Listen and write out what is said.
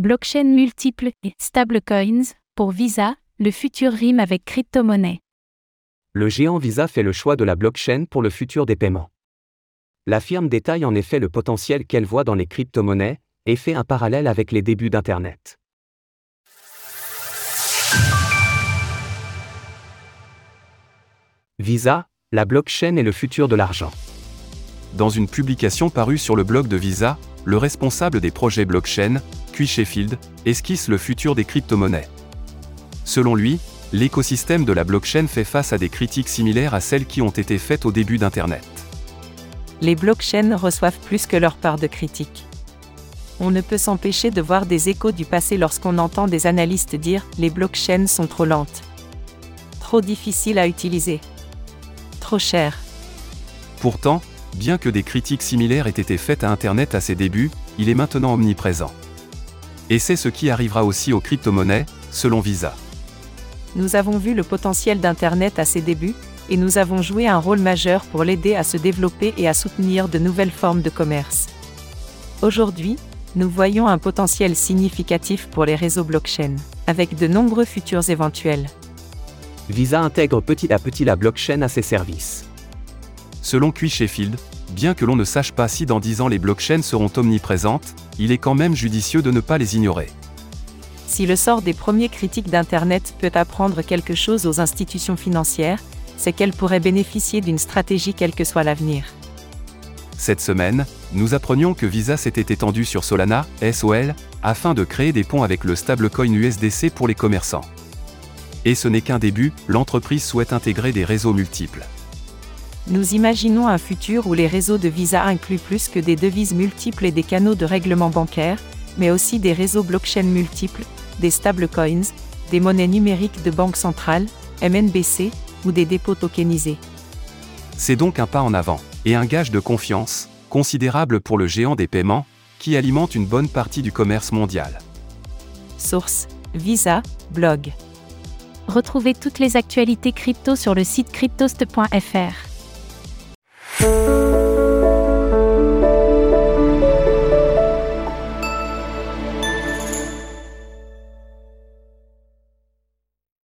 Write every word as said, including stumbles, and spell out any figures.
Blockchain multiple et stablecoins, pour Visa, le futur rime avec crypto-monnaie. Le géant Visa fait le choix de la blockchain pour le futur des paiements. La firme détaille en effet le potentiel qu'elle voit dans les crypto-monnaies et fait un parallèle avec les débuts d'Internet. Visa, la blockchain est le futur de l'argent. Dans une publication parue sur le blog de Visa, le responsable des projets blockchain, Quy Sheffield, esquisse le futur des crypto-monnaies. Selon lui, l'écosystème de la blockchain fait face à des critiques similaires à celles qui ont été faites au début d'Internet. Les blockchains reçoivent plus que leur part de critiques. On ne peut s'empêcher de voir des échos du passé lorsqu'on entend des analystes dire « les blockchains sont trop lentes, trop difficiles à utiliser, trop chères ». Pourtant, bien que des critiques similaires aient été faites à Internet à ses débuts, il est maintenant omniprésent. Et c'est ce qui arrivera aussi aux crypto-monnaies, selon Visa. Nous avons vu le potentiel d'Internet à ses débuts, et nous avons joué un rôle majeur pour l'aider à se développer et à soutenir de nouvelles formes de commerce. Aujourd'hui, nous voyons un potentiel significatif pour les réseaux blockchain, avec de nombreux futurs éventuels. Visa intègre petit à petit la blockchain à ses services. Selon Quy Sheffield, bien que l'on ne sache pas si dans dix ans les blockchains seront omniprésentes, il est quand même judicieux de ne pas les ignorer. Si le sort des premiers critiques d'Internet peut apprendre quelque chose aux institutions financières, c'est qu'elles pourraient bénéficier d'une stratégie quel que soit l'avenir. Cette semaine, nous apprenions que Visa s'était étendu sur Solana, S O L, afin de créer des ponts avec le stablecoin U S D C pour les commerçants. Et ce n'est qu'un début, l'entreprise souhaite intégrer des réseaux multiples. Nous imaginons un futur où les réseaux de Visa incluent plus que des devises multiples et des canaux de règlement bancaire, mais aussi des réseaux blockchain multiples, des stablecoins, des monnaies numériques de banque centrale, M N B C, ou des dépôts tokenisés. C'est donc un pas en avant, et un gage de confiance, considérable pour le géant des paiements, qui alimente une bonne partie du commerce mondial. Source: Visa, blog. Retrouvez toutes les actualités crypto sur le site cryptost point f r.